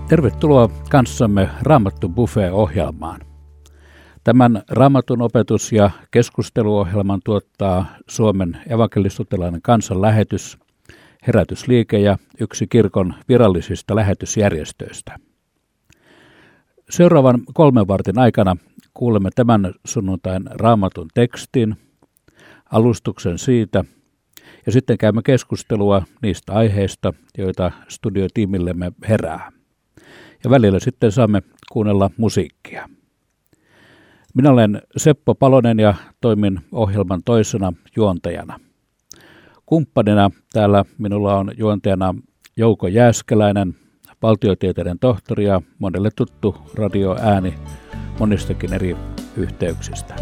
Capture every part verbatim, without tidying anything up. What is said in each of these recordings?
Tervetuloa kanssamme Raamattu Buffet-ohjelmaan. Tämän Raamatun opetus- ja keskusteluohjelman tuottaa Suomen evankelis-luterilainen kansanlähetys, Herätysliike ja yksi kirkon virallisista lähetysjärjestöistä. Seuraavan kolmen vartin aikana kuulemme tämän sunnuntain Raamatun tekstin, alustuksen siitä ja sitten käymme keskustelua niistä aiheista, joita studiotiimillemme herää. Ja välillä sitten saamme kuunnella musiikkia. Minä olen Seppo Palonen ja toimin ohjelman toisena juontajana. Kumppanina täällä minulla on juontajana Jouko Jääskeläinen, valtiotieteiden tohtori ja monelle tuttu radioääni monistakin eri yhteyksistä.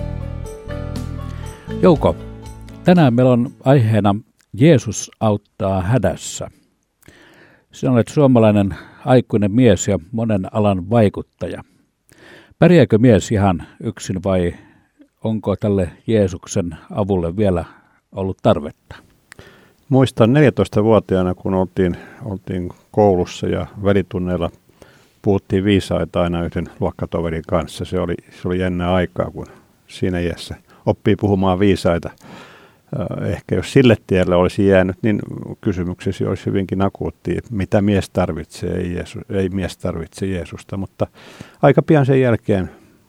Jouko, tänään meillä on aiheena Jeesus auttaa hädässä. Sinä olet suomalainen aikuinen mies ja monen alan vaikuttaja. Pärjääkö mies ihan yksin vai onko tälle Jeesuksen avulle vielä ollut tarvetta? Muistan neljätoistavuotiaana, kun oltiin, oltiin koulussa ja välitunneilla puhuttiin viisaita aina yhden luokkatoverin kanssa. Se oli, se oli jännä aikaa, kun siinä iässä oppii puhumaan viisaita. Ehkä jos sille tielle olisi jäänyt, niin kysymyksesi olisi hyvinkin akuutti, mitä mies tarvitsee, ei, Jeesus, ei mies tarvitse Jeesusta. Mutta aika pian sen jälkeen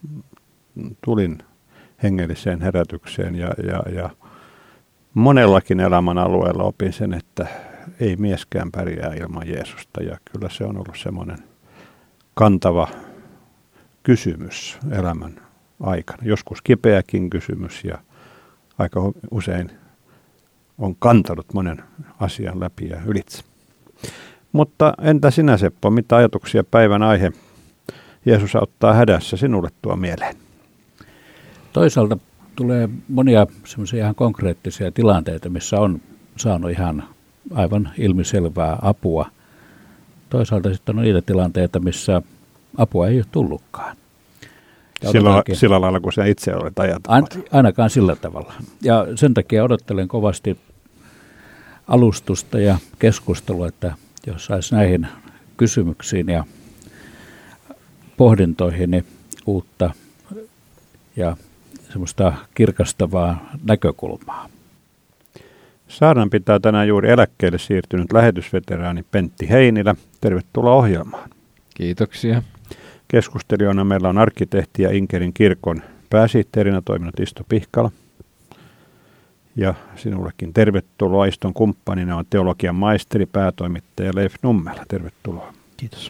tulin hengelliseen herätykseen ja, ja, ja monellakin elämän alueella opin sen, että ei mieskään pärjää ilman Jeesusta. Ja kyllä se on ollut semmoinen kantava kysymys elämän aikana. Joskus kipeäkin kysymys ja aika usein on kantanut monen asian läpi ja ylitse. Mutta entä sinä, Seppo, mitä ajatuksia päivän aihe Jeesus auttaa hädässä sinulle tuo mieleen? Toisaalta tulee monia semmoisia ihan konkreettisia tilanteita, missä on saanut ihan aivan ilmiselvää apua. Toisaalta sitten on niitä tilanteita, missä apua ei ole tullutkaan. Sillä, sillä lailla, kun sinä itse olet ajatellut. Ainakaan sillä tavalla. Ja sen takia odottelen kovasti alustusta ja keskustelua, että jos saisi näihin kysymyksiin ja pohdintoihin niin uutta ja semmoista kirkastavaa näkökulmaa. Saarnan pitää tänään juuri eläkkeelle siirtynyt lähetysveteraani Pentti Heinilä. Tervetuloa ohjelmaan. Kiitoksia. Keskustelijana meillä on arkkitehti ja Inkerin kirkon pääsihteerinä toiminut Isto Pihkala. Ja sinullekin tervetuloa. Iston kumppanina on teologian maisteri, päätoimittaja Leif Nummela. Tervetuloa. Kiitos.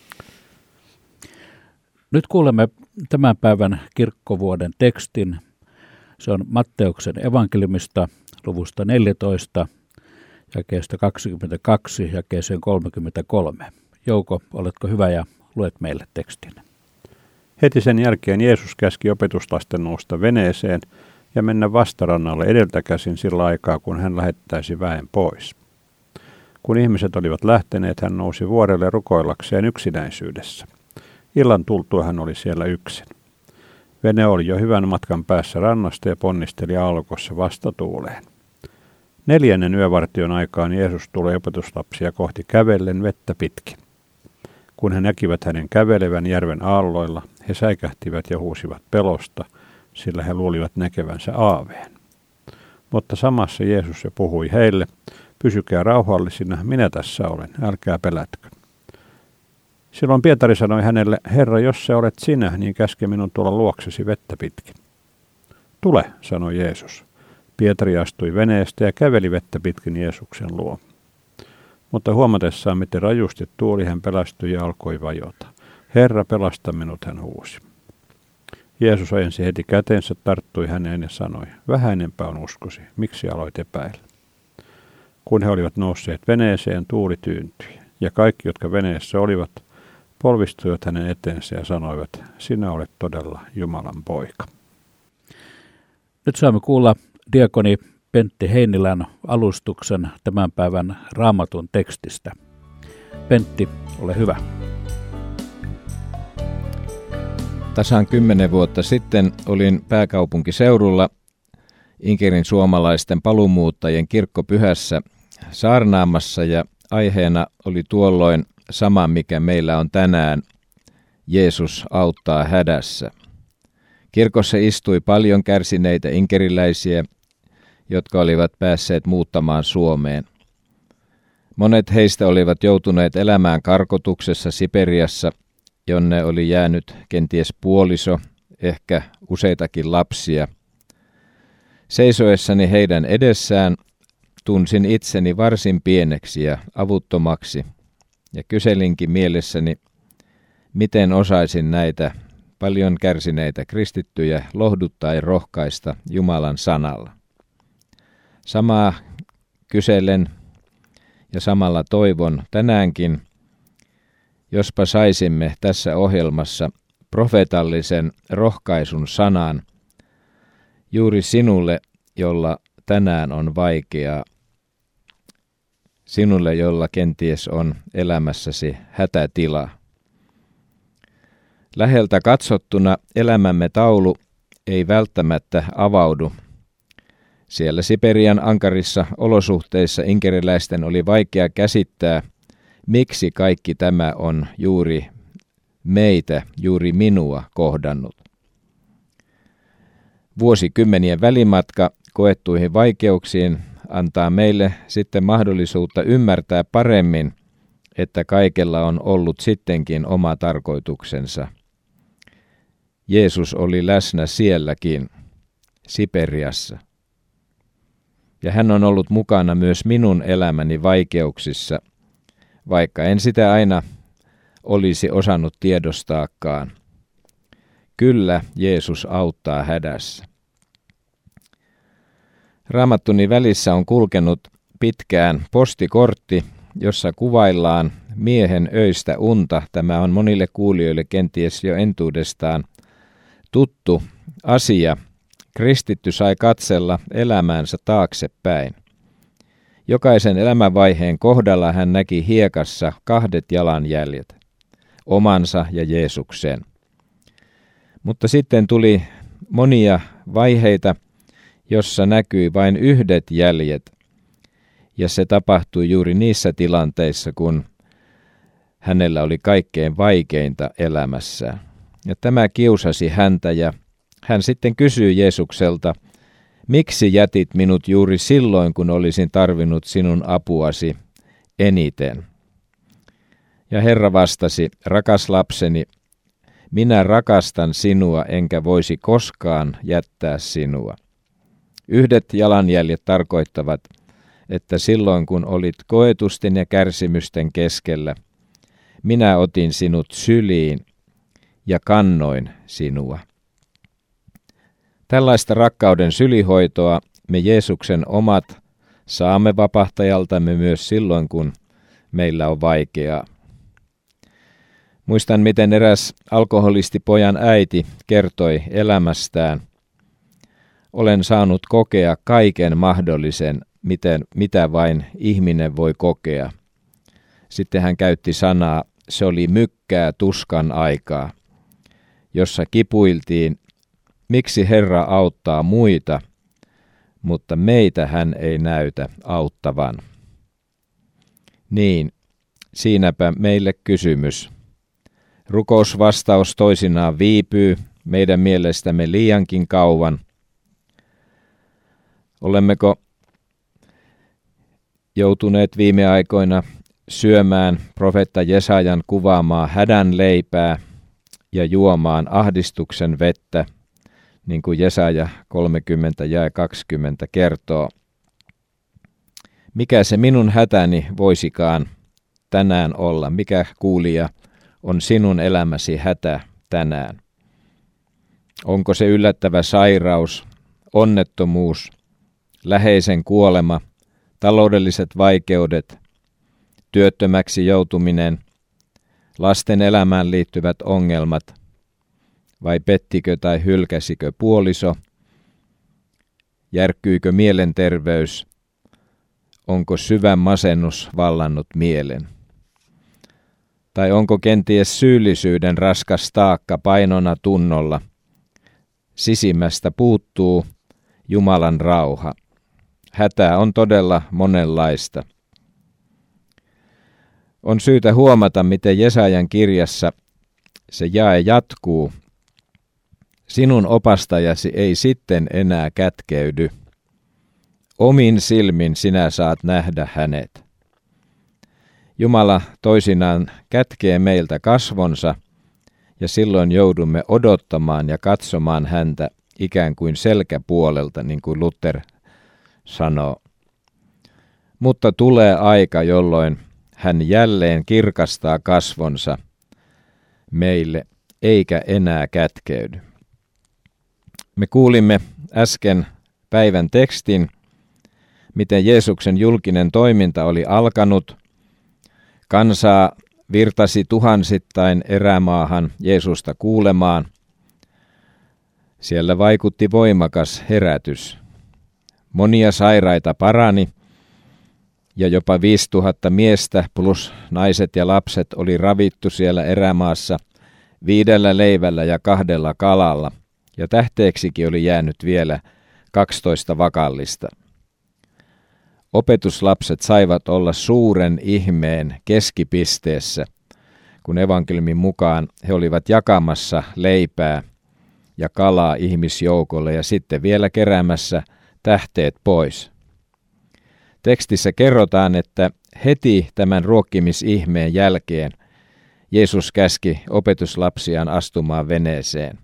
Nyt kuulemme tämän päivän kirkkovuoden tekstin. Se on Matteuksen evankeliumista luvusta neljätoista, jakeesta kaksikymmentäkaksi, jakeeseen kolmekymmentäkolme. Jouko, oletko hyvä ja luet meille tekstin. Heti sen jälkeen Jeesus käski opetuslasten nousta veneeseen ja mennä vastarannalle edeltäkäsin sillä aikaa, kun hän lähettäisi väen pois. Kun ihmiset olivat lähteneet, hän nousi vuorelle rukoillakseen yksinäisyydessä. Illan tultua hän oli siellä yksin. Vene oli jo hyvän matkan päässä rannasta ja ponnisteli aallokossa vastatuuleen. Neljännen yövartion aikaan Jeesus tuli opetuslapsia kohti kävellen vettä pitkin. Kun he näkivät hänen kävelevän järven aalloilla, he säikähtivät ja huusivat pelosta, sillä he luulivat näkevänsä aaveen. Mutta samassa Jeesus jo puhui heille, pysykää rauhallisina, minä tässä olen, älkää pelätkö. Silloin Pietari sanoi hänelle, Herra, jos sä olet sinä, niin käske minun tulla luoksesi vettä pitkin. Tule, sanoi Jeesus. Pietari astui veneestä ja käveli vettä pitkin Jeesuksen luo. Mutta huomatessaan, miten rajusti tuuli, hän pelästyi ja alkoi vajota. Herra, pelasta minut, hän huusi. Jeesus ojensi heti kätensä, tarttui häneen ja sanoi, vähäinenpä on uskosi, miksi aloit epäillä? Kun he olivat nousseet veneeseen, tuuli tyyntyi, ja kaikki, jotka veneessä olivat, polvistuivat hänen eteensä ja sanoivat, sinä olet todella Jumalan poika. Nyt saamme kuulla diakoni Pentti Heinilän alustuksen tämän päivän Raamatun tekstistä. Pentti, ole hyvä. Tasan kymmenen vuotta sitten olin pääkaupunkiseudulla Inkerin suomalaisten paluumuuttajien kirkkopyhässä saarnaamassa ja aiheena oli tuolloin sama, mikä meillä on tänään. Jeesus auttaa hädässä. Kirkossa istui paljon kärsineitä inkeriläisiä, jotka olivat päässeet muuttamaan Suomeen. Monet heistä olivat joutuneet elämään karkotuksessa Siperiassa, jonne oli jäänyt kenties puoliso, ehkä useitakin lapsia. Seisoessani heidän edessään tunsin itseni varsin pieneksi ja avuttomaksi, ja kyselinkin mielessäni, miten osaisin näitä paljon kärsineitä kristittyjä lohduttaa ja rohkaista Jumalan sanalla. Samaa kyselen ja samalla toivon tänäänkin, jospa saisimme tässä ohjelmassa profeetallisen rohkaisun sanan juuri sinulle, jolla tänään on vaikeaa, sinulle, jolla kenties on elämässäsi hätätila. Läheltä katsottuna elämämme taulu ei välttämättä avaudu. Siellä Siperian ankarissa olosuhteissa inkeriläisten oli vaikea käsittää, miksi kaikki tämä on juuri meitä, juuri minua kohdannut. Vuosikymmenien välimatka koettuihin vaikeuksiin antaa meille sitten mahdollisuutta ymmärtää paremmin, että kaikella on ollut sittenkin oma tarkoituksensa. Jeesus oli läsnä sielläkin, Siperiassa. Ja hän on ollut mukana myös minun elämäni vaikeuksissa, vaikka en sitä aina olisi osannut tiedostaakaan. Kyllä Jeesus auttaa hädässä. Raamattuni välissä on kulkenut pitkään postikortti, jossa kuvaillaan miehen öistä unta. Tämä on monille kuulijoille kenties jo entuudestaan tuttu asia. Kristitty sai katsella elämäänsä taaksepäin. Jokaisen elämänvaiheen kohdalla hän näki hiekassa kahdet jalanjäljet, omansa ja Jeesuksen. Mutta sitten tuli monia vaiheita, jossa näkyi vain yhdet jäljet, ja se tapahtui juuri niissä tilanteissa, kun hänellä oli kaikkein vaikeinta elämässään. Ja tämä kiusasi häntä, ja hän sitten kysyi Jeesukselta, miksi jätit minut juuri silloin, kun olisin tarvinnut sinun apuasi eniten? Ja Herra vastasi, rakas lapseni, minä rakastan sinua, enkä voisi koskaan jättää sinua. Yhdet jalanjäljet tarkoittavat, että silloin kun olit koetusten ja kärsimysten keskellä, minä otin sinut syliin ja kannoin sinua. Tällaista rakkauden sylihoitoa me Jeesuksen omat saamme vapahtajaltamme myös silloin, kun meillä on vaikeaa. Muistan, miten eräs alkoholistipojan äiti kertoi elämästään. Olen saanut kokea kaiken mahdollisen, miten, mitä vain ihminen voi kokea. Sitten hän käytti sanaa, se oli mykkää tuskan aikaa, jossa kipuiltiin, miksi Herra auttaa muita, mutta meitä hän ei näytä auttavan. Niin, siinäpä meille kysymys. Rukousvastaus toisinaan viipyy meidän mielestämme liiankin kauan. Olemmeko joutuneet viime aikoina syömään profeetta Jesajan kuvaamaa hädän leipää ja juomaan ahdistuksen vettä, niin kuin Jesaja kolmekymmentä ja kaksikymmentä kertoo. Mikä se minun hätäni voisikaan tänään olla? Mikä, kuulija, on sinun elämäsi hätä tänään? Onko se yllättävä sairaus, onnettomuus, läheisen kuolema, taloudelliset vaikeudet, työttömäksi joutuminen, lasten elämään liittyvät ongelmat, vai pettikö tai hylkäsikö puoliso, järkkyykö mielenterveys, onko syvä masennus vallannut mielen? Tai onko kenties syyllisyyden raskas taakka painona tunnolla, sisimmästä puuttuu Jumalan rauha. Hätää on todella monenlaista. On syytä huomata, miten Jesajan kirjassa se jae jatkuu. Sinun opastajasi ei sitten enää kätkeydy. Omin silmin sinä saat nähdä hänet. Jumala toisinaan kätkee meiltä kasvonsa, ja silloin joudumme odottamaan ja katsomaan häntä ikään kuin selkäpuolelta, niin kuin Luther sanoo. Mutta tulee aika, jolloin hän jälleen kirkastaa kasvonsa meille, eikä enää kätkeydy. Me kuulimme äsken päivän tekstin, miten Jeesuksen julkinen toiminta oli alkanut. Kansaa virtasi tuhansittain erämaahan Jeesusta kuulemaan. Siellä vaikutti voimakas herätys. Monia sairaita parani, ja jopa viisituhatta miestä plus naiset ja lapset oli ravittu siellä erämaassa viidellä leivällä ja kahdella kalalla, ja tähteeksikin oli jäänyt vielä kaksitoista vakallista. Opetuslapset saivat olla suuren ihmeen keskipisteessä, kun evankeliumin mukaan he olivat jakamassa leipää ja kalaa ihmisjoukolle ja sitten vielä keräämässä tähteet pois. Tekstissä kerrotaan, että heti tämän ruokkimisihmeen jälkeen Jeesus käski opetuslapsiaan astumaan veneeseen.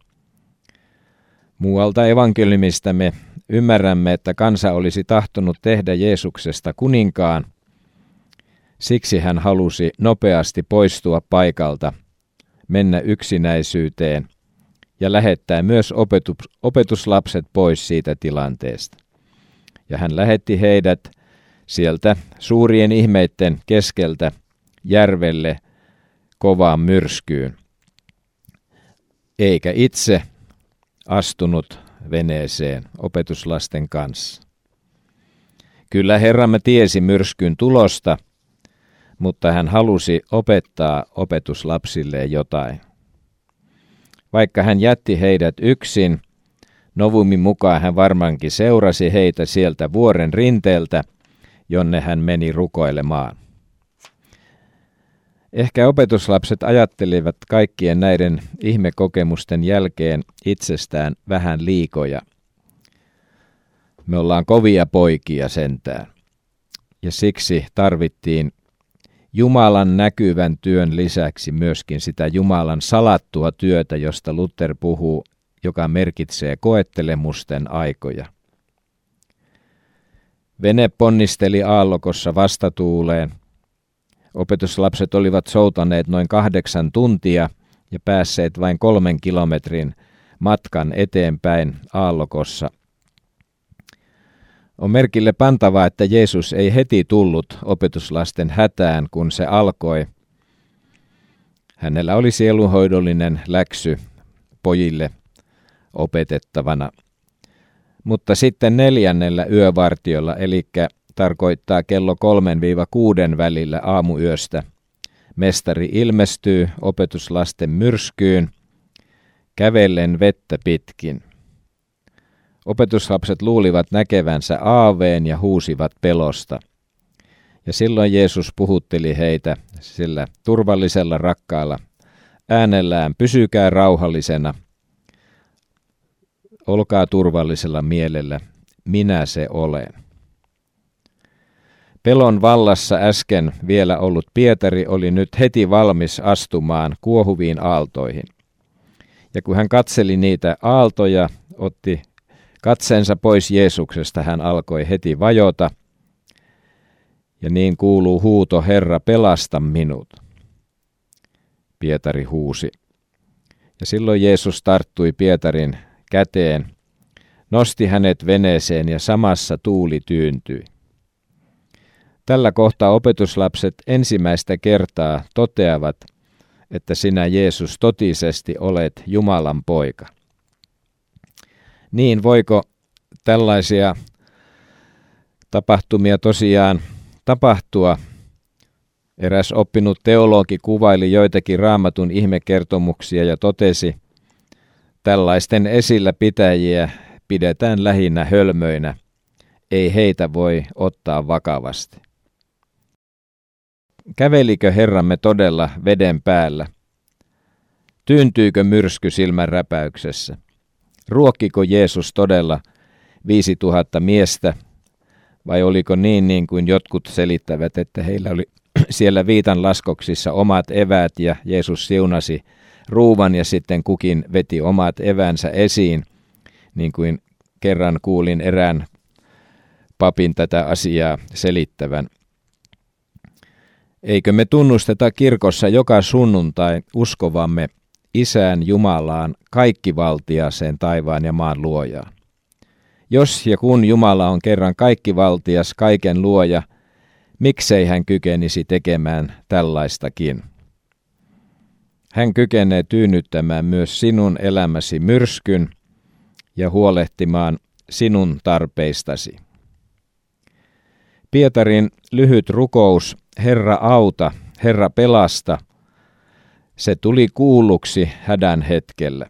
Muualta evankeliumista me ymmärrämme, että kansa olisi tahtonut tehdä Jeesuksesta kuninkaan. Siksi hän halusi nopeasti poistua paikalta, mennä yksinäisyyteen ja lähettää myös opetus, opetuslapset pois siitä tilanteesta. Ja hän lähetti heidät sieltä suurien ihmeitten keskeltä järvelle kovaan myrskyyn, eikä itse astunut veneeseen opetuslasten kanssa. Kyllä Herramme tiesi myrskyn tulosta, mutta hän halusi opettaa opetuslapsilleen jotain. Vaikka hän jätti heidät yksin, Novumin mukaan hän varmaankin seurasi heitä sieltä vuoren rinteeltä, jonne hän meni rukoilemaan. Ehkä opetuslapset ajattelivat kaikkien näiden ihmekokemusten jälkeen itsestään vähän liikoja. Me ollaan kovia poikia sentään. Ja siksi tarvittiin Jumalan näkyvän työn lisäksi myöskin sitä Jumalan salattua työtä, josta Luther puhuu, joka merkitsee koettelemusten aikoja. Vene ponnisteli aallokossa vastatuuleen. Opetuslapset olivat soutaneet noin kahdeksan tuntia ja päässeet vain kolmen kilometrin matkan eteenpäin aallokossa. On merkille pantavaa, että Jeesus ei heti tullut opetuslasten hätään, kun se alkoi. Hänellä oli sielunhoidollinen läksy pojille opetettavana. Mutta sitten neljännellä yövartiolla, eli tarkoittaa kello kolmen kuuden välillä aamuyöstä, mestari ilmestyy opetuslasten myrskyyn, kävellen vettä pitkin. Opetuslapset luulivat näkevänsä aaveen ja huusivat pelosta. Ja silloin Jeesus puhutteli heitä sillä turvallisella rakkaalla äänellään, pysykää rauhallisena, olkaa turvallisella mielellä, minä se olen. Pelon vallassa äsken vielä ollut Pietari oli nyt heti valmis astumaan kuohuviin aaltoihin. Ja kun hän katseli niitä aaltoja, otti katseensa pois Jeesuksesta, hän alkoi heti vajota. Ja niin kuuluu huuto, Herra, pelasta minut. Pietari huusi. Ja silloin Jeesus tarttui Pietarin käteen, nosti hänet veneeseen ja samassa tuuli tyyntyi. Tällä kohtaa opetuslapset ensimmäistä kertaa toteavat, että sinä Jeesus totisesti olet Jumalan poika. Niin voiko tällaisia tapahtumia tosiaan tapahtua? Eräs oppinut teologi kuvaili joitakin Raamatun ihmekertomuksia ja totesi, tällaisten esillä pitäjiä pidetään lähinnä hölmöinä, ei heitä voi ottaa vakavasti. Kävelikö Herramme todella veden päällä? Tyyntyykö myrsky silmän räpäyksessä? Ruokkiko Jeesus todella viisi tuhatta miestä? Vai oliko niin, niin kuin jotkut selittävät, että heillä oli siellä viitan laskoksissa omat eväät ja Jeesus siunasi ruuvan ja sitten kukin veti omat evänsä esiin, niin kuin kerran kuulin erään papin tätä asiaa selittävän. Eikö me tunnusteta kirkossa joka sunnuntai uskovamme Isään Jumalaan kaikkivaltiaseen taivaan ja maan luojaan? Jos ja kun Jumala on kerran kaikkivaltias, kaiken luoja, miksei hän kykenisi tekemään tällaistakin? Hän kykenee tyynnyttämään myös sinun elämäsi myrskyn ja huolehtimaan sinun tarpeistasi. Pietarin lyhyt rukous, Herra auta, Herra pelasta, se tuli kuulluksi hädän hetkellä.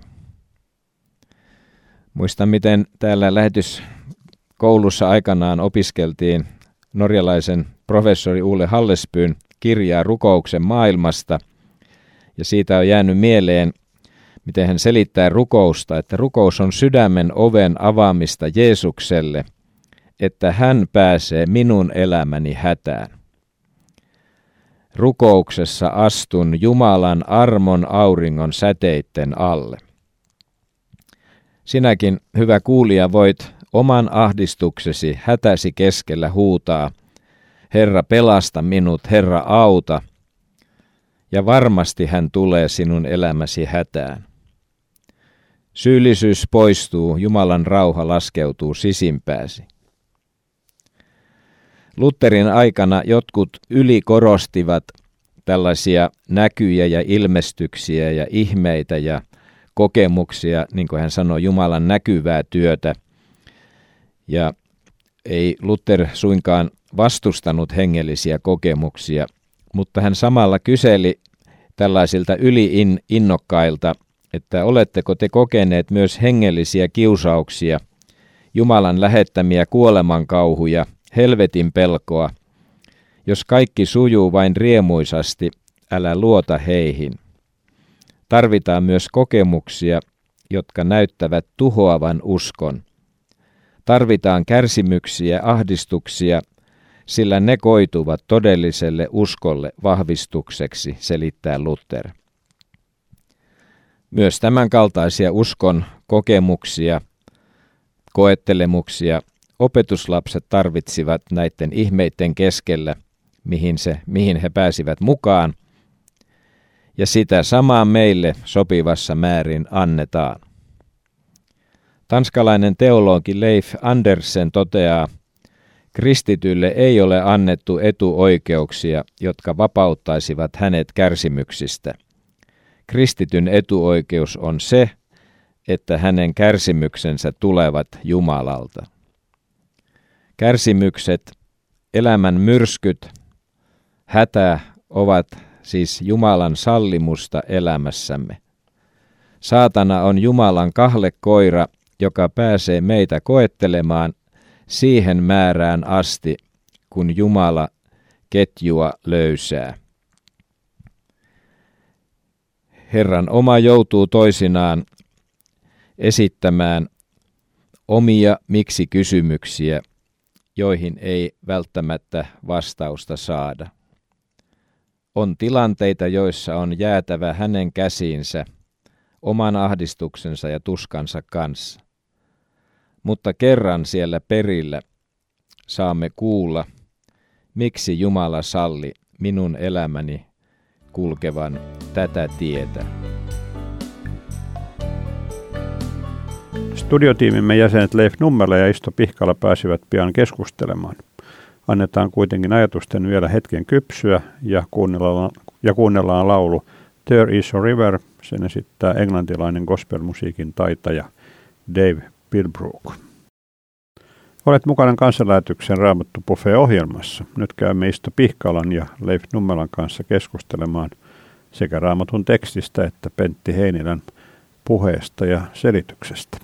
Muistan, miten täällä lähetyskoulussa aikanaan opiskeltiin norjalaisen professori Ole Hallesbyn kirjaa Rukouksen maailmasta, ja siitä on jäänyt mieleen, miten hän selittää rukousta, että rukous on sydämen oven avaamista Jeesukselle, että hän pääsee minun elämäni hätään. Rukouksessa astun Jumalan armon auringon säteitten alle. Sinäkin, hyvä kuulija, voit oman ahdistuksesi hätäsi keskellä huutaa, Herra pelasta minut, Herra auta, ja varmasti hän tulee sinun elämäsi hätään. Syyllisyys poistuu, Jumalan rauha laskeutuu sisimpääsi. Lutherin aikana jotkut ylikorostivat tällaisia näkyjä ja ilmestyksiä ja ihmeitä ja kokemuksia, niin kuin hän sanoi, Jumalan näkyvää työtä. Ja ei Luther suinkaan vastustanut hengellisiä kokemuksia, mutta hän samalla kyseli tällaisilta yli-innokkailta, että oletteko te kokeneet myös hengellisiä kiusauksia, Jumalan lähettämiä kuolemankauhuja, helvetin pelkoa. Jos kaikki sujuu vain riemuisasti, älä luota heihin. Tarvitaan myös kokemuksia, jotka näyttävät tuhoavan uskon. Tarvitaan kärsimyksiä, ahdistuksia, sillä ne koituvat todelliselle uskolle vahvistukseksi, selittää Luther. Myös tämänkaltaisia uskon kokemuksia, koettelemuksia opetuslapset tarvitsivat näiden ihmeiden keskellä, mihin, se, mihin he pääsivät mukaan, ja sitä samaa meille sopivassa määrin annetaan. Tanskalainen teologi Leif Andersen toteaa, kristitylle ei ole annettu etuoikeuksia, jotka vapauttaisivat hänet kärsimyksistä. Kristityn etuoikeus on se, että hänen kärsimyksensä tulevat Jumalalta. Kärsimykset, elämän myrskyt, hätä ovat siis Jumalan sallimusta elämässämme. Saatana on Jumalan kahlekoira, joka pääsee meitä koettelemaan siihen määrään asti, kun Jumala ketjua löysää. Herran oma joutuu toisinaan esittämään omia miksi-kysymyksiä, joihin ei välttämättä vastausta saada. On tilanteita, joissa on jäätävä hänen käsiinsä, oman ahdistuksensa ja tuskansa kanssa. Mutta kerran siellä perillä saamme kuulla, miksi Jumala salli minun elämäni kulkevan tätä tietä. Studiotiimimme jäsenet Leif Nummela ja Isto Pihkala pääsivät pian keskustelemaan. Annetaan kuitenkin ajatusten vielä hetken kypsyä ja kuunnellaan, ja kuunnellaan laulu There is a River. Sen esittää englantilainen gospelmusiikin taitaja Dave Bilbrook. Olet mukana kansanlähetyksen Raamattu Buffet-ohjelmassa. Nyt käymme Isto Pihkalan ja Leif Nummelan kanssa keskustelemaan sekä Raamatun tekstistä että Pentti Heinilän puheesta ja selityksestä.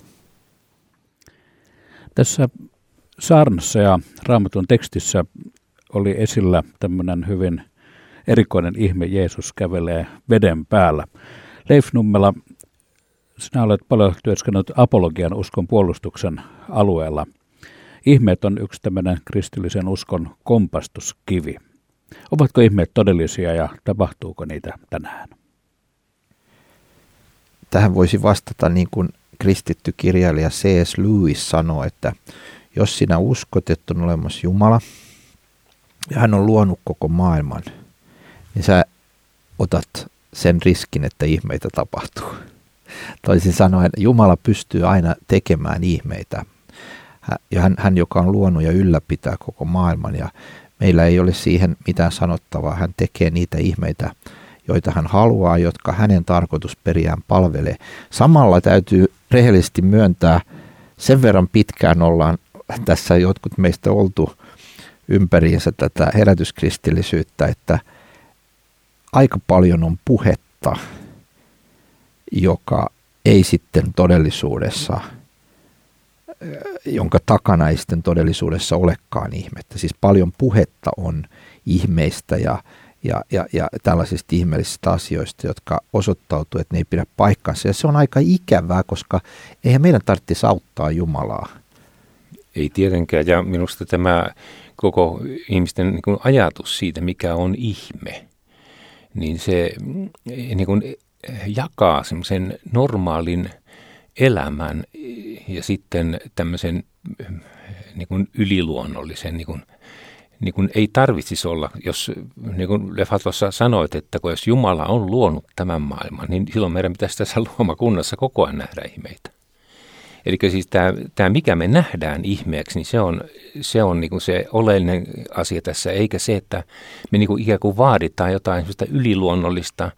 Tässä saarnassa ja Raamatun tekstissä oli esillä tämmöinen hyvin erikoinen ihme, Jeesus kävelee veden päällä. Leif Nummela, sinä olet paljon työskennellyt apologian uskon puolustuksen alueella. Ihmeet on yksi tämmöinen kristillisen uskon kompastuskivi. Ovatko ihmeet todellisia ja tapahtuuko niitä tänään? Tähän voisi vastata niin kuin kristitty kirjailija C S Lewis sanoi, että jos sinä uskot, että on olemassa Jumala ja hän on luonut koko maailman, niin sä otat sen riskin, että ihmeitä tapahtuu. Toisin sanoen, Jumala pystyy aina tekemään ihmeitä. Ja hän, hän, joka on luonut ja ylläpitää koko maailman, ja meillä ei ole siihen mitään sanottavaa. Hän tekee niitä ihmeitä, joita hän haluaa, jotka hänen tarkoitusperiään palvelee. Samalla täytyy rehellisesti myöntää, sen verran pitkään ollaan tässä jotkut meistä oltu ympäriinsä tätä herätyskristillisyyttä, että aika paljon on puhetta, joka ei sitten todellisuudessa, jonka takana ei sitten todellisuudessa olekaan ihmettä. Siis paljon puhetta on ihmeistä ja, ja, ja, ja tällaisista ihmeellisistä asioista, jotka osoittautuu, että ne ei pidä paikkansa. Ja se on aika ikävää, koska eihän meidän tarvitsisi auttaa Jumalaa. Ei tietenkään, ja minusta tämä koko ihmisten niin kuin ajatus siitä, mikä on ihme, niin se niin kuin jakaa semmoisen normaalin elämän ja sitten tämmöisen niin kuin yliluonnollisen, niin kuin, niin kuin ei tarvitsisi olla, jos niin kuin Leffa tuossa sanoit, että kun jos Jumala on luonut tämän maailman, niin silloin meidän pitäisi tässä luomakunnassa koko ajan nähdä ihmeitä. Eli siis tämä, tämä, mikä me nähdään ihmeeksi, niin se on se, on niin kuin se oleellinen asia tässä, eikä se, että me niin kuin ikään kuin vaaditaan jotain sellaista yliluonnollista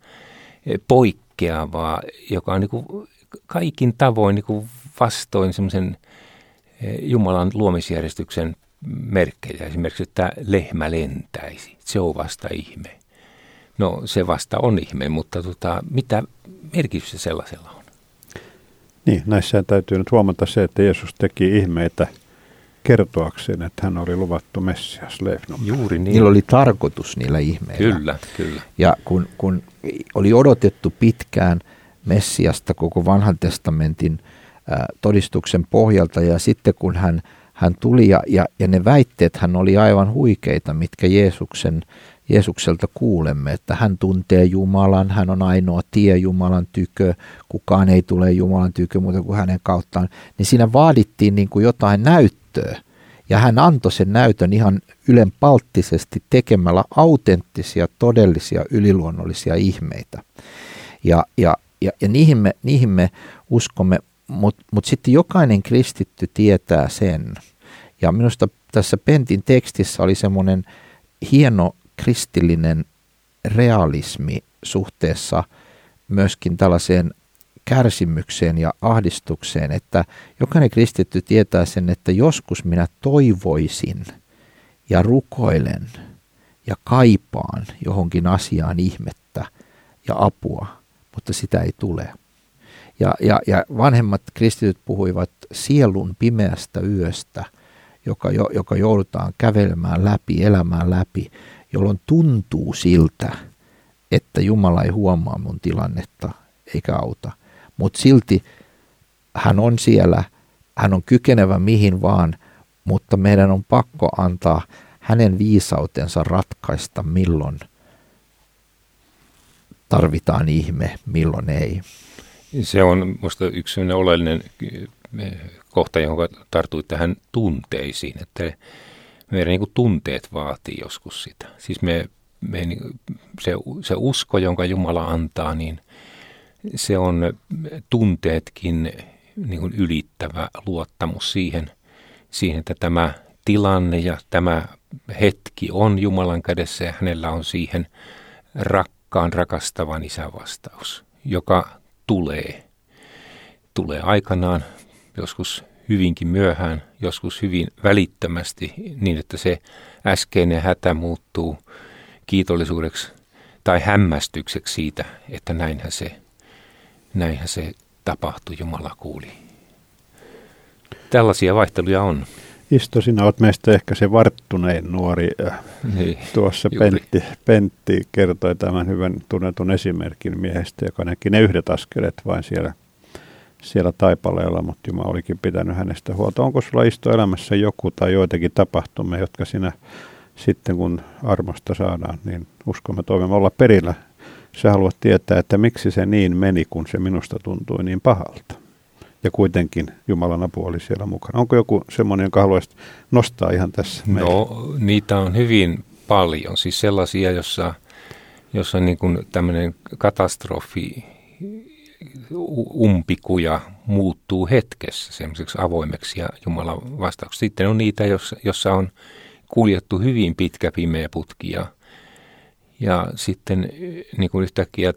poikkeavaa, joka on niin kuin kaikin tavoin niin kuin vastoin semmoisen Jumalan luomisjärjestyksen merkkejä. Esimerkiksi, että lehmä lentäisi, se on vasta ihme. No se vasta on ihme, mutta tota, mitä merkitystä sellaisella on? Niin, näissä täytyy nyt huomata se, että Jeesus teki ihmeitä kertoakseen, että hän oli luvattu Messias, Leif Nummela. Juuri niin. Niillä oli tarkoitus niillä ihmeillä. Kyllä, kyllä. Ja kun, kun oli odotettu pitkään Messiasta koko vanhan testamentin ää, todistuksen pohjalta, ja sitten kun hän, hän tuli, ja, ja, ja ne väitteet hän oli aivan huikeita, mitkä Jeesuksen, Jeesukselta kuulemme, että hän tuntee Jumalan, hän on ainoa tie Jumalan tykö, kukaan ei tule Jumalan tykö muuta kuin hänen kauttaan, niin siinä vaadittiin niin kuin jotain näyttöä, ja hän antoi sen näytön ihan ylenpalttisesti tekemällä autenttisia, todellisia, yliluonnollisia ihmeitä. Ja, ja, ja, ja niihin, me, niihin me uskomme, mutta mut sitten jokainen kristitty tietää sen. Ja minusta tässä Pentin tekstissä oli semmoinen hieno kristillinen realismi suhteessa myöskin tällaiseen kärsimykseen ja ahdistukseen, että jokainen kristitty tietää sen, että joskus minä toivoisin ja rukoilen ja kaipaan johonkin asiaan ihmettä ja apua, mutta sitä ei tule. Ja, ja, ja vanhemmat kristityt puhuivat sielun pimeästä yöstä, joka, jo, joka joudutaan kävelemään läpi, elämään läpi, jolloin tuntuu siltä, että Jumala ei huomaa mun tilannetta eikä auta. Mutta silti hän on siellä, hän on kykenevä mihin vaan, mutta meidän on pakko antaa hänen viisautensa ratkaista, milloin tarvitaan ihme, milloin ei. Se on minusta yksi oleellinen kohta, johon tartui tähän tunteisiin, että meidän niin kuin tunteet vaatii joskus sitä. Siis me, me, se, se usko, jonka Jumala antaa, niin se on tunteetkin niin kuin ylittävä luottamus siihen, siihen, että tämä tilanne ja tämä hetki on Jumalan kädessä ja hänellä on siihen rakkaan, rakastavan isän vastaus, joka tulee. Tulee aikanaan, joskus hyvinkin myöhään, joskus hyvin välittömästi, niin että se äskeinen hätä muuttuu kiitollisuudeksi tai hämmästykseksi siitä, että näinhän se, näinhän se tapahtui, Jumala kuuli. Tällaisia vaihteluja on. Isto, sinä olet meistä ehkä se varttunein nuori. Niin, tuossa Pentti, Pentti kertoi tämän hyvän tunnetun esimerkin miehestä, joka näki ne yhdet askeleet vain siellä, siellä taipaleella, mutta Jumala olikin pitänyt hänestä huolta. Onko sulla, Isto, elämässä joku tai joitakin tapahtumia, jotka sinä sitten kun armosta saadaan, niin uskomme toivomme olla perillä. Sä haluat tietää, että miksi se niin meni, kun se minusta tuntui niin pahalta. Ja kuitenkin Jumalan apu oli siellä mukana. Onko joku semmoinen, jonka haluaisit nostaa ihan tässä meille? No, niitä on hyvin paljon. Siis sellaisia, jossa, jossa niin kuin tämmöinen katastrofi, umpikuja muuttuu hetkessä semmoiseksi avoimeksi ja Jumalan vastaukseksi. Sitten on niitä, jossa, jossa on kuljettu hyvin pitkä pimeä putki ja, ja sitten niin kuin yhtäkkiä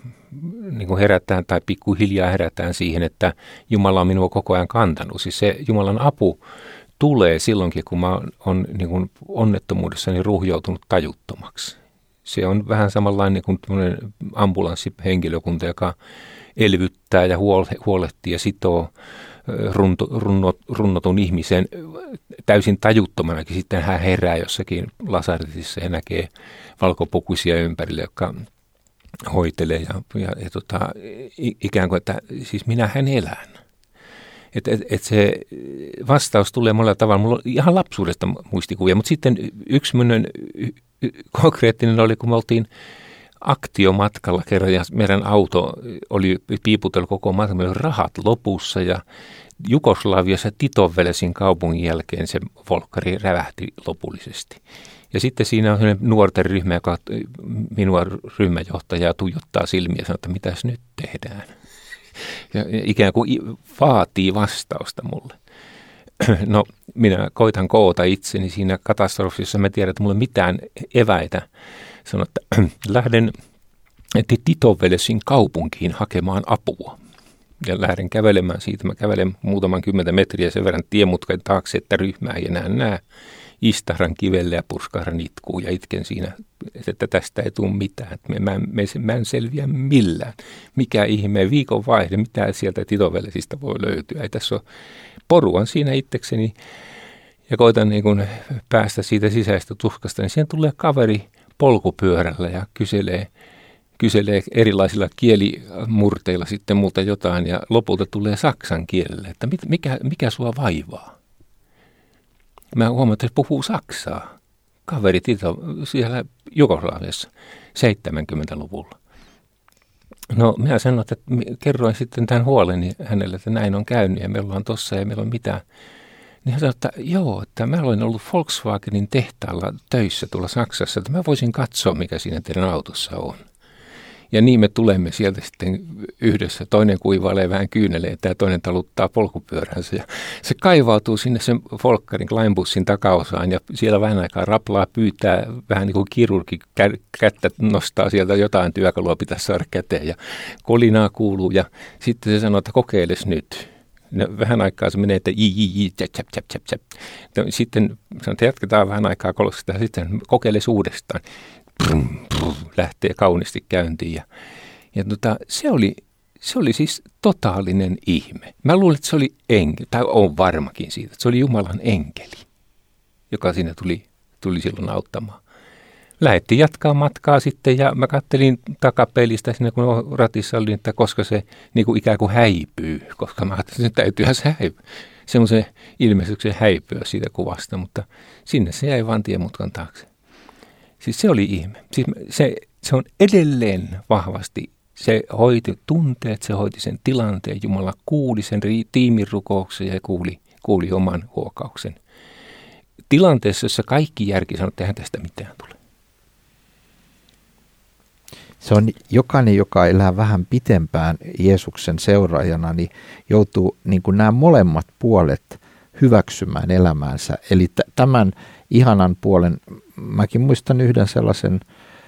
niin kuin herätään tai pikkuhiljaa herätään siihen, että Jumala on minua koko ajan kantanut. Siis se Jumalan apu tulee silloinkin, kun mä oon niin kuin onnettomuudessani ruhjoutunut tajuttomaksi. Se on vähän samanlainen kuin ambulanssihenkilökunta, joka elvyttää ja huolehtii ja sitoo runto, runnot, runnotun ihmisen täysin tajuttomanakin. Sitten hän herää jossakin lasaretissa ja näkee valkopukuisia ympärille, jotka hoitelee ja, ja, ja tota, ikään kuin, että siis minähän elän. Että et, et se vastaus tulee monella tavalla. Mulla on ihan lapsuudesta muistikuvia, mutta sitten yksi minun konkreettinen oli, kun me oltiin aktiomatkalla kerran ja meidän auto oli piiputellut koko matkan, meillä oli rahat lopussa ja Jugoslaviassa Titovelesin kaupungin jälkeen se volkkari rävähti lopullisesti. Ja sitten siinä on sellainen nuorten ryhmä, joka minua ryhmäjohtajaa tuijottaa silmiä ja sanoo, että mitäs nyt tehdään. Ja ikään kuin vaatii vastausta mulle. No minä koitan koota itseni siinä katastrofissa, mä tiedän, että mulla ei mitään eväitä. Sanon, että lähden Titovelesin kaupunkiin hakemaan apua. Ja lähden kävelemään siitä. Mä kävelen muutaman kymmentä metriä sen verran tiemutkan taakse, että ryhmää ei enää näe. Istahran kivelle ja purskahran itkuu ja itken siinä, että tästä ei tule mitään. Että mä, mä, mä en selviä millään. Mikä ihme, viikon vaihde, mitä sieltä Titovelesistä voi löytyä. Ei tässä ole poruan siinä itsekseni ja koitan niin kun päästä siitä sisäistä tuskasta. Niin siihen tulee kaveri polkupyörällä ja kyselee, kyselee erilaisilla kielimurteilla sitten multa jotain ja lopulta tulee saksan kielelle, että mit, mikä, mikä sua vaivaa. Mä huomaan, että se puhuu saksaa. Kaveri Tito siellä Jugoslaviassa seitsemänkymmentäluvulla. No minä sanoin, että kerroin sitten tämän huoleni hänelle, että näin on käynyt ja meillä on tossa ja meillä on mitään. Niin hän sanoi, että joo, että mä olen ollut Volkswagenin tehtaalla töissä tuolla Saksassa, että mä voisin katsoa, mikä siinä teidän autossa on. Ja niin me tulemme sieltä sitten yhdessä. Toinen kuivailee vähän kyyneleitä ja toinen taluttaa polkupyöränsä. Ja se kaivautuu sinne sen Volkkarin Kleinbussin takaosaan ja siellä vähän aikaa raplaa, pyytää vähän niin kuin kirurgi kättä, nostaa sieltä jotain työkalua, pitäisi saada käteen ja kolinaa kuuluu. Ja sitten se sanoo, että kokeiles nyt. No, vähän aikaa se menee, että i, i, i, tsäp, tsäp, tsäp, tsäp. Sitten sanoo, että jatketaan vähän aikaa kolosta ja sitten kokeiles uudestaan. Brum, brum, lähtee kauniisti käyntiin ja, ja tota, se, oli, se oli siis totaalinen ihme. Mä luulen, että se oli enkeli, tai on varmakin siitä, että se oli Jumalan enkeli, joka siinä tuli, tuli silloin auttamaan. Lähdettiin jatkaa matkaa sitten ja mä kattelin takapeilistä siinä, kun ratissa oli, että koska se niin kuin ikään kuin häipyy, koska mä ajattelin, että se täytyyhän se häipyä. Semmoisen ilmestyksen häipyä siitä kuvasta, mutta sinne se jäi vaan tiemutkan taakse. Siis se oli ihme. Siis se, se on edelleen vahvasti, se hoiti tunteet, se hoiti sen tilanteen. Jumala kuuli sen tiimin rukouksen ja kuuli, kuuli oman huokauksen. Tilanteessa, jossa kaikki järki sanoi, että eihän tästä mitään tule. Se on jokainen, joka elää vähän pitempään Jeesuksen seuraajana, niin joutuu niin kuin nämä molemmat puolet hyväksymään elämäänsä. Eli t- tämän ihanan puolen, mäkin muistan yhden sellaisen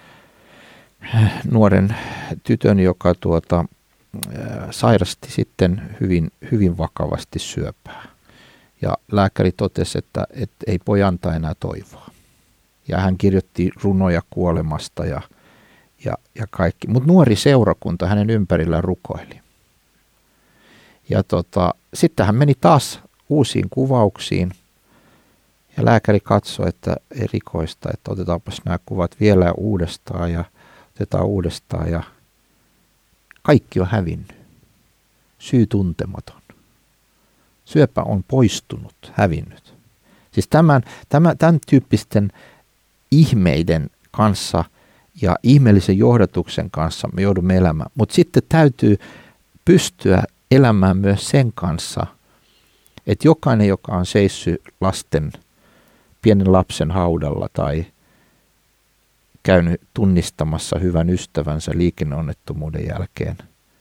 nuoren tytön, joka tuota, sairasti sitten hyvin, hyvin vakavasti syöpää. Ja lääkäri totesi, että, että ei poi antaa enää toivoa. Ja hän kirjoitti runoja kuolemasta ja, ja, ja kaikki. Mutta nuori seurakunta hänen ympärillään rukoili. Ja tota, sitten hän meni taas uusiin kuvauksiin. Ja lääkäri katsoi, että erikoista, että otetaanpas nämä kuvat vielä uudestaan ja otetaan uudestaan ja kaikki on hävinnyt. Syy tuntematon. Syöpä on poistunut, hävinnyt. Siis tämän, tämän, tämän tyyppisten ihmeiden kanssa ja ihmeellisen johdatuksen kanssa me joudumme elämään. Mutta sitten täytyy pystyä elämään myös sen kanssa, että jokainen, joka on seissyt lasten, pienen lapsen haudalla tai käynyt tunnistamassa hyvän ystävänsä liikenneonnettomuuden jälkeen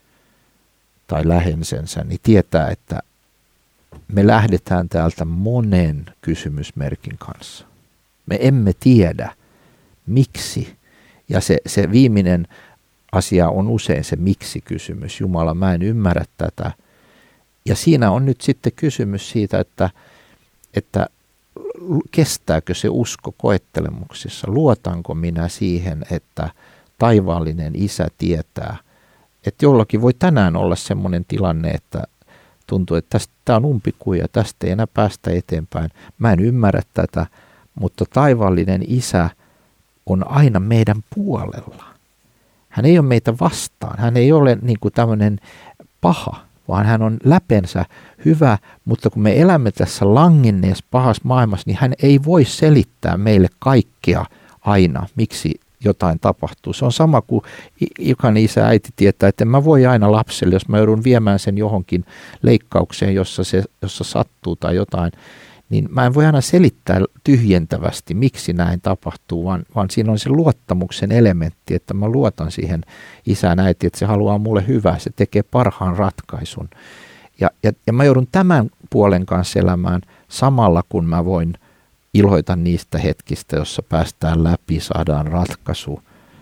tai lähensensä, niin tietää, että me lähdetään täältä monen kysymysmerkin kanssa. Me emme tiedä, miksi. Ja se, se viimeinen asia on usein se miksi-kysymys. Jumala, mä en ymmärrä tätä. Ja siinä on nyt sitten kysymys siitä, että, että kestääkö se usko koettelemuksissa? Luotanko minä siihen, että taivaallinen Isä tietää? Että jollakin voi tänään olla semmoinen tilanne, että tuntuu, että tämä on umpikuja, tästä ei enää päästä eteenpäin. Mä en ymmärrä tätä, mutta taivaallinen Isä on aina meidän puolella. Hän ei ole meitä vastaan. Hän ei ole niin kuin tämmöinen paha, vaan hän on läpensä hyvä, mutta kun me elämme tässä langenneessa pahassa maailmassa, niin hän ei voi selittää meille kaikkea aina, miksi jotain tapahtuu. Se on sama kuin jokainen isä äiti tietää, että en mä voi aina lapselle, jos mä joudun viemään sen johonkin leikkaukseen, jossa se jossa sattuu tai jotain, niin mä en voi aina selittää tyhjentävästi, miksi näin tapahtuu, vaan, vaan siinä on se luottamuksen elementti, että mä luotan siihen isään äiti, että se haluaa mulle hyvää, se tekee parhaan ratkaisun. Ja, ja, ja mä joudun tämän puolen kanssa elämään samalla, kun mä voin iloita niistä hetkistä, jossa päästään läpi, saadaan ratkaisu.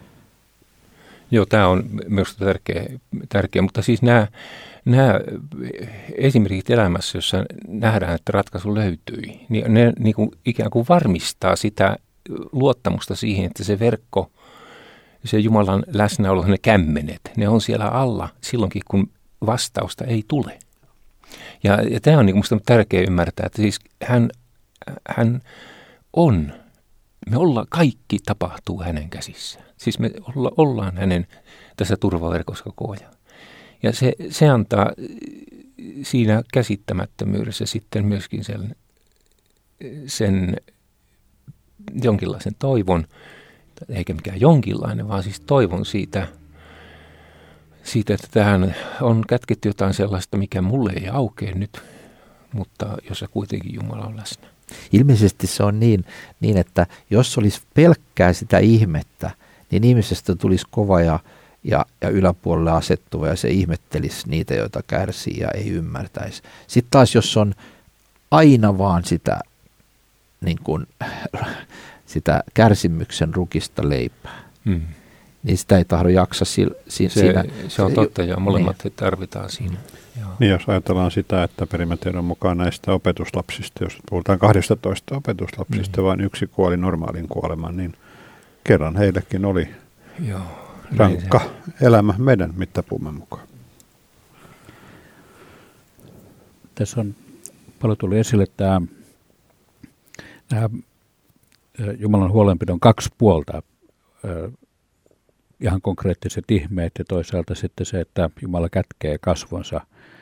Joo, tämä on minusta tärkeä, tärkeä, mutta siis nämä, nämä esimerkit elämässä, jossa nähdään, että ratkaisu löytyi, niin ne niin kuin ikään kuin varmistaa sitä luottamusta siihen, että se verkko, se Jumalan läsnäolo, ne kämmenet, ne on siellä alla silloinkin, kun vastausta ei tule. Ja, ja tämä on niin kuin minusta tärkeä ymmärtää, että siis hän, hän on, me ollaan, kaikki tapahtuu hänen käsissään. Siis me olla, ollaan hänen tässä turvaverkossa koko ajan. Ja se, se antaa siinä käsittämättömyydessä sitten myöskin sen, sen jonkinlaisen toivon, eikä mikään jonkinlainen, vaan siis toivon siitä, siitä, että tähän on kätketty jotain sellaista, mikä mulle ei aukea nyt, mutta jossa kuitenkin Jumala on läsnä. Ilmeisesti se on niin, niin, että jos olisi pelkkää sitä ihmettä, niin ihmisestä tulisi kova ja, ja, ja yläpuolelle asettuva ja se ihmettelisi niitä, joita kärsii ja ei ymmärtäisi. Sitten taas jos on aina vaan sitä, niin kuin, sitä kärsimyksen rukista leipää, hmm. niin sitä ei tahdo jaksa si, si, se, siinä. Se on totta ja molemmat niin. tarvitaan siinä. Joo. Niin, jos ajatellaan sitä, että perimätiedon mukaan näistä opetuslapsista, jos puhutaan kahdestatoista opetuslapsista, mm. vain yksi kuoli normaalin kuoleman, niin kerran heillekin oli Joo, rankka se. elämä meidän mittapuumme mukaan. Tässä on paljon tullut esille tämä, nämä Jumalan huolenpidon kaksi puolta, ihan konkreettiset ihmeet ja toisaalta sitten se, että Jumala kätkee kasvonsa.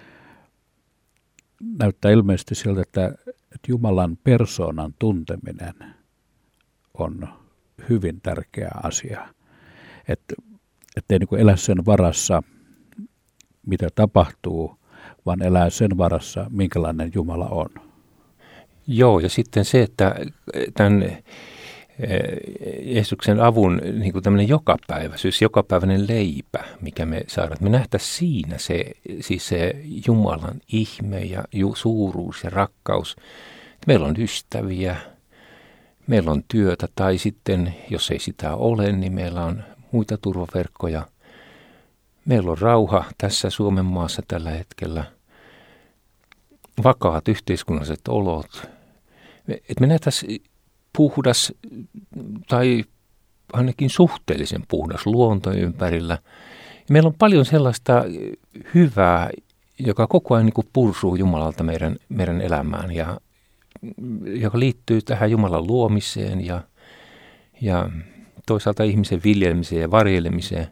Näyttää ilmeisesti siltä, että, että Jumalan persoonan tunteminen on hyvin tärkeä asia. Että ei niin kuin elä sen varassa, mitä tapahtuu, vaan elää sen varassa, minkälainen Jumala on. Joo, ja sitten se, että tämän Jeesuksen avun niin kuin tämmöinen jokapäiväisyys, jokapäiväinen leipä, mikä me saadaan. Me nähtäisiin siinä se, siis se Jumalan ihme ja ju, suuruus ja rakkaus. Meillä on ystäviä, meillä on työtä tai sitten, jos ei sitä ole, niin meillä on muita turvaverkkoja. Meillä on rauha tässä Suomen maassa tällä hetkellä. Vakaat yhteiskunnalliset olot. Että me nähtäisiin puhdas tai ainakin suhteellisen puhdas luonto ympärillä. Meillä on paljon sellaista hyvää, joka koko ajan niin kuin pursuu Jumalalta meidän, meidän elämään. Ja joka liittyy tähän Jumalan luomiseen ja, ja toisaalta ihmisen viljelemiseen ja varjelemiseen,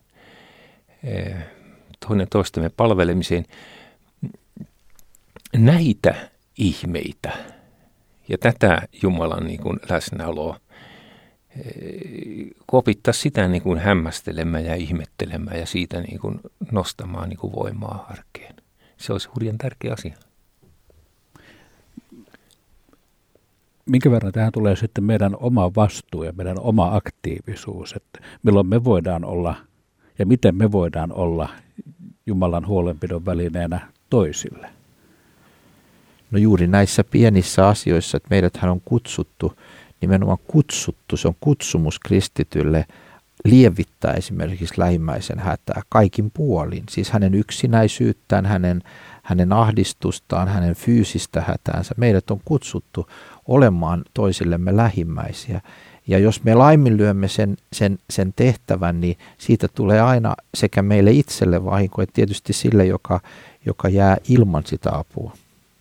toinen toistemme palvelemiseen. Näitä ihmeitä ja tätä Jumalan niin kuin läsnäoloa opittaa sitä niin kuin hämmästelemään ja ihmettelemään ja siitä niin kuin nostamaan niin kuin voimaa arkeen. Se olisi hurjan tärkeä asia. Minkä verran tähän tulee sitten meidän oma vastuu ja meidän oma aktiivisuus, että milloin me voidaan olla ja miten me voidaan olla Jumalan huolenpidon välineenä toisille? No juuri näissä pienissä asioissa, että meidäthän on kutsuttu, nimenomaan kutsuttu, se on kutsumus kristitylle lievittää esimerkiksi lähimmäisen hätää kaikin puolin. Siis hänen yksinäisyyttään, hänen, hänen ahdistustaan, hänen fyysistä hätäänsä. Meidät on kutsuttu olemaan toisillemme lähimmäisiä. Ja jos me laiminlyömme sen, sen, sen tehtävän, niin siitä tulee aina sekä meille itselle vahinko, että tietysti sille, joka, joka jää ilman sitä apua.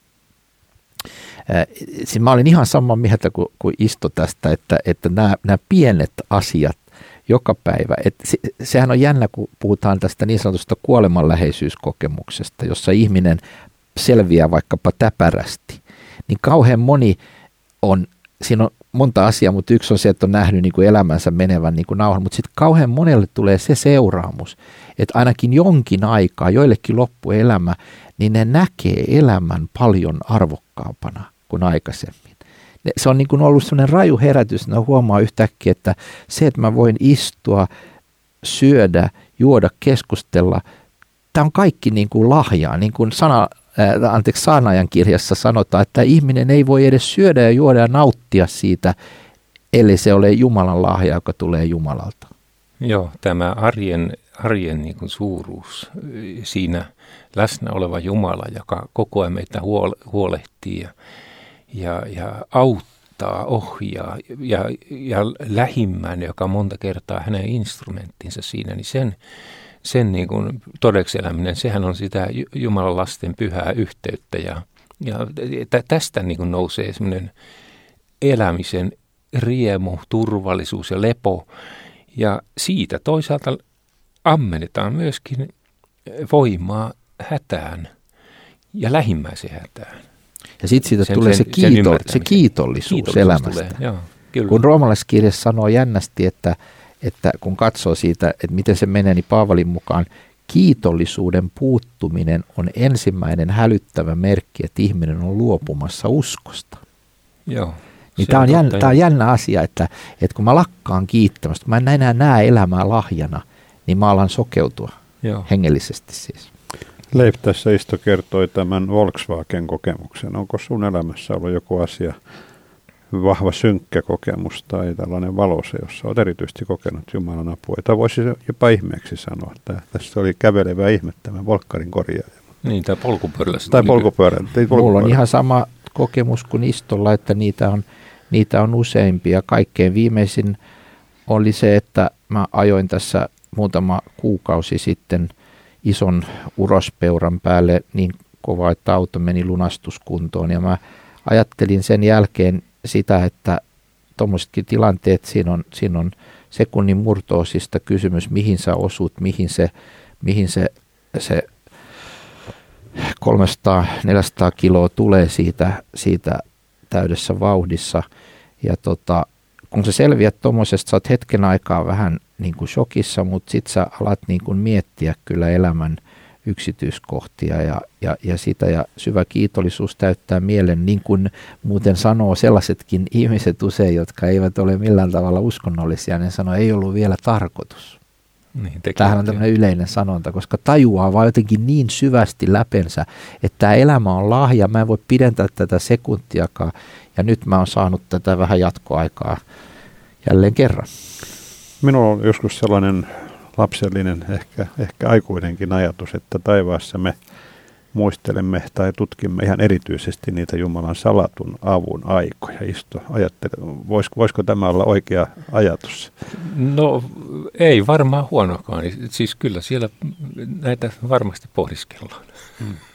Siis mä olin ihan samaa mieltä kuin, kuin Isto tästä, että, että nämä, nämä pienet asiat joka päivä, että se, sehän on jännä, kun puhutaan tästä niin sanotusta kuolemanläheisyyskokemuksesta, jossa ihminen selviää vaikkapa täpärästi, niin kauhean moni on, siinä on monta asiaa, mutta yksi on se, että on nähnyt niin kuin elämänsä menevän niin kuin nauhan, mutta sitten kauhean monelle tulee se seuraamus, että ainakin jonkin aikaa, joillekin loppuelämä, niin ne näkee elämän paljon arvokkaampana kuin aikaisemmin. Se on niin kuin ollut sellainen raju herätys, että huomaa yhtäkkiä, että se, että mä voin istua, syödä, juoda, keskustella, tämä on kaikki niin kuin lahjaa, niin kuin sana, ää, anteeksi, Saarnaajan kirjassa sanotaan, että ihminen ei voi edes syödä ja juoda ja nauttia siitä, ellei se ole Jumalan lahja, joka tulee Jumalalta. Joo, tämä arjen, arjen niin kuin suuruus, siinä läsnä oleva Jumala, joka koko ajan meitä huolehtii ja, ja, ja auttaa, ohjaa ja, ja lähimmän, joka monta kertaa hänen instrumenttinsa siinä, niin sen, sen niin kuin todeksi eläminen, sehän on sitä Jumalan lasten pyhää yhteyttä ja, ja tästä niin kuin nousee semmoinen elämisen riemu, turvallisuus ja lepo ja siitä toisaalta ammennetaan myöskin voimaa hätään ja lähimmäisen hätään. Ja sitten siitä sen, tulee se, sen, kiito, se kiitollisuus, kiitollisuus elämästä. Tulee, joo, kyllä. Kun roomalaiskirjassa sanoo jännästi, että, että kun katsoo siitä, että miten se menee, niin Paavalin mukaan kiitollisuuden puuttuminen on ensimmäinen hälyttävä merkki, että ihminen on luopumassa uskosta. Joo. Niin tämä on, jännä, tämä on jännä asia, että, että kun mä lakkaan kiittämästä, kun mä en enää näe elämää lahjana, niin mä alan sokeutua. Joo. Hengellisesti siis. Leif tässä Isto kertoi tämän Volkswagen-kokemuksen. Onko sun elämässä ollut joku asia, vahva synkkä kokemus tai tällainen valoisa, jossa olet erityisesti kokenut Jumalan apua? Tai voisi jopa ihmeeksi sanoa, että tässä oli kävelevä ihme tämä volkkarin korjaaja. Niin, tai polkupyörällä. Tai polkupyörällä. Mulla on ihan sama kokemus kuin Istolla, että niitä on, niitä on useimpia. Kaikkein viimeisin oli se, että mä ajoin tässä muutama kuukausi sitten ison urospeuran päälle niin kova, että auto meni lunastuskuntoon. Ja mä ajattelin sen jälkeen sitä, että tuommoisetkin tilanteet, siinä on, siinä on sekunnin murto-osista kysymys, mihin sä osut, mihin se, mihin se, se kolmesataa neljäsataa kiloa tulee siitä, siitä täydessä vauhdissa. Ja tota, kun sä selviät tuommoisesta, sä oot hetken aikaa vähän niin kuin shokissa, mutta sit sä alat niin kuin miettiä kyllä elämän yksityiskohtia ja, ja, ja sitä ja syvä kiitollisuus täyttää mielen, niin kuin muuten sanoo sellaisetkin ihmiset usein, jotka eivät ole millään tavalla uskonnollisia, ne sanoo, ei ollut vielä tarkoitus. Niin, Tämähän on tämmöinen yleinen sanonta, koska tajuaa vaan jotenkin niin syvästi läpensä, että tämä elämä on lahja, mä en voi pidentää tätä sekuntiakaan ja nyt mä oon saanut tätä vähän jatkoaikaa jälleen kerran. Minulla on joskus sellainen lapsellinen, ehkä, ehkä aikuinenkin ajatus, että taivaassa me muistelemme tai tutkimme ihan erityisesti niitä Jumalan salatun avun aikoja. Isto, ajattele, vois, voisiko tämä olla oikea ajatus? No ei varmaan huonokaan. Siis kyllä siellä näitä varmasti pohdiskellaan. Hmm.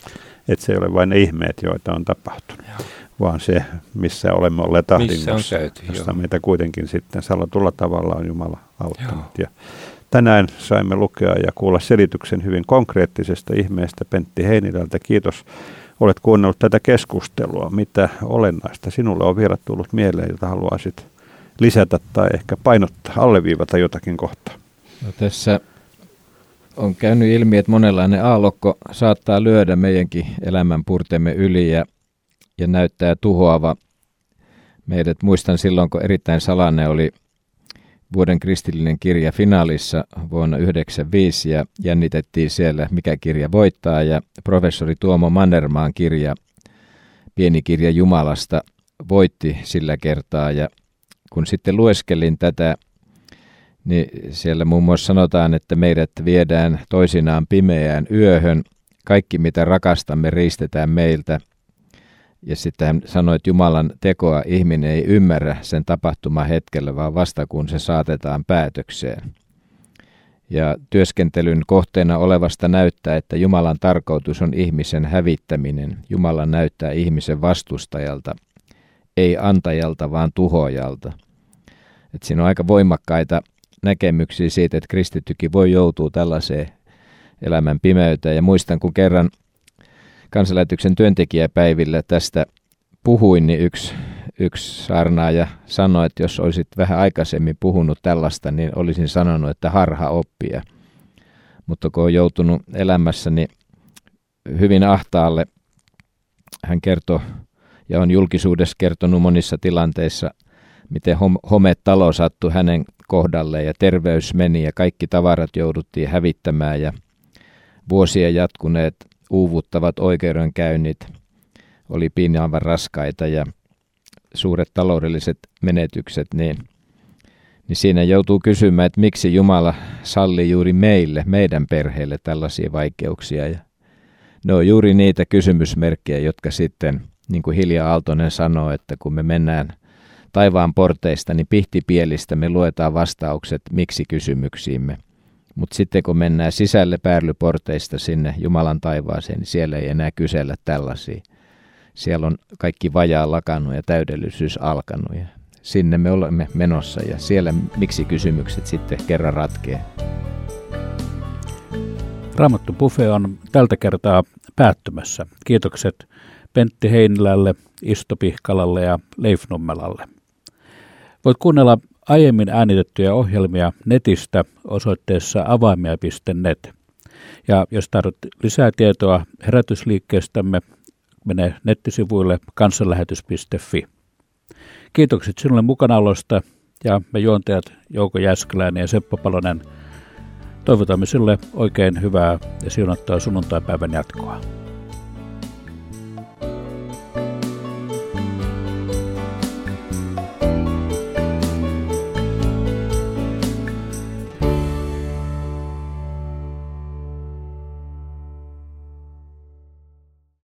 Että se ei ole vain ne ihmeet, joita on tapahtunut, Joo. vaan se, missä olemme olleet ahdingossa, josta meitä kuitenkin sitten salatulla tavalla on Jumala auttanut. Ja tänään saimme lukea ja kuulla selityksen hyvin konkreettisesta ihmeestä Pentti Heinilältä. Kiitos, olet kuunnellut tätä keskustelua. Mitä olennaista sinulle on vielä tullut mieleen, jota haluaisit lisätä tai ehkä painottaa, alleviivata jotakin kohtaa? No, tässä on käynyt ilmi, että monenlainen aallokko saattaa lyödä meidänkin elämän purteemme yli ja, ja näyttää tuhoava meidät. Muistan silloin, kun erittäin salainen oli vuoden kristillinen kirja finaalissa vuonna yhdeksänkymmentäviisi ja jännitettiin siellä, mikä kirja voittaa. Ja professori Tuomo Mannermaan kirja, pieni kirja Jumalasta, voitti sillä kertaa. Ja kun sitten lueskelin tätä, niin siellä muun muassa sanotaan, että meidät viedään toisinaan pimeään yöhön. Kaikki, mitä rakastamme, riistetään meiltä. Ja sitten hän sanoi, että Jumalan tekoa ihminen ei ymmärrä sen tapahtuman hetkellä, vaan vasta kun se saatetaan päätökseen. Ja työskentelyn kohteena olevasta näyttää, että Jumalan tarkoitus on ihmisen hävittäminen. Jumala näyttää ihmisen vastustajalta, ei antajalta, vaan tuhoajalta. Et siinä on aika voimakkaita näkemyksiä siitä, että kristittykin voi joutua tällaiseen elämän pimeyteen. Ja muistan, kun kerran Kansanlähetyksen työntekijäpäivillä tästä puhuin, niin yksi, yksi saarnaaja sanoi, että jos olisit vähän aikaisemmin puhunut tällaista, niin olisin sanonut, että harha oppia. Mutta kun on joutunut elämässäni hyvin ahtaalle, hän kertoi ja on julkisuudessa kertonut monissa tilanteissa, miten hometalo sattui hänen kohdalleen ja terveys meni ja kaikki tavarat jouduttiin hävittämään ja vuosia jatkuneet uuvuttavat oikeudenkäynnit oli piinaavan raskaita ja suuret taloudelliset menetykset, niin, niin siinä joutuu kysymään, että miksi Jumala sallii juuri meille, meidän perheelle tällaisia vaikeuksia. Ja ne on juuri niitä kysymysmerkkejä, jotka sitten, niin kuin Hilja Aaltonen sanoo, että kun me mennään taivaan porteista, niin pihtipielistä me luetaan vastaukset miksi kysymyksiimme. Mutta sitten kun mennään sisälle pääryporteista sinne Jumalan taivaaseen, niin siellä ei enää kysellä tällaisia. Siellä on kaikki vajaa lakannut ja täydellisyys alkanut. Ja sinne me olemme menossa ja siellä miksi kysymykset sitten kerran ratkee. Raamattu Buffet on tältä kertaa päättymässä. Kiitokset Pentti Heinilälle, Isto Pihkalalle ja Leif Nummelalle. Voit kuunnella aiemmin äänitettyjä ohjelmia netistä osoitteessa avaimia piste net. Ja jos tarvitset lisää tietoa herätysliikkeestämme, mene nettisivuille kansanlähetys piste fi. Kiitokset sinulle mukanaolosta ja me juontajat Jouko Jääskeläinen ja Seppo Palonen toivotamme sinulle oikein hyvää ja siunattua sunnuntaipäivän jatkoa.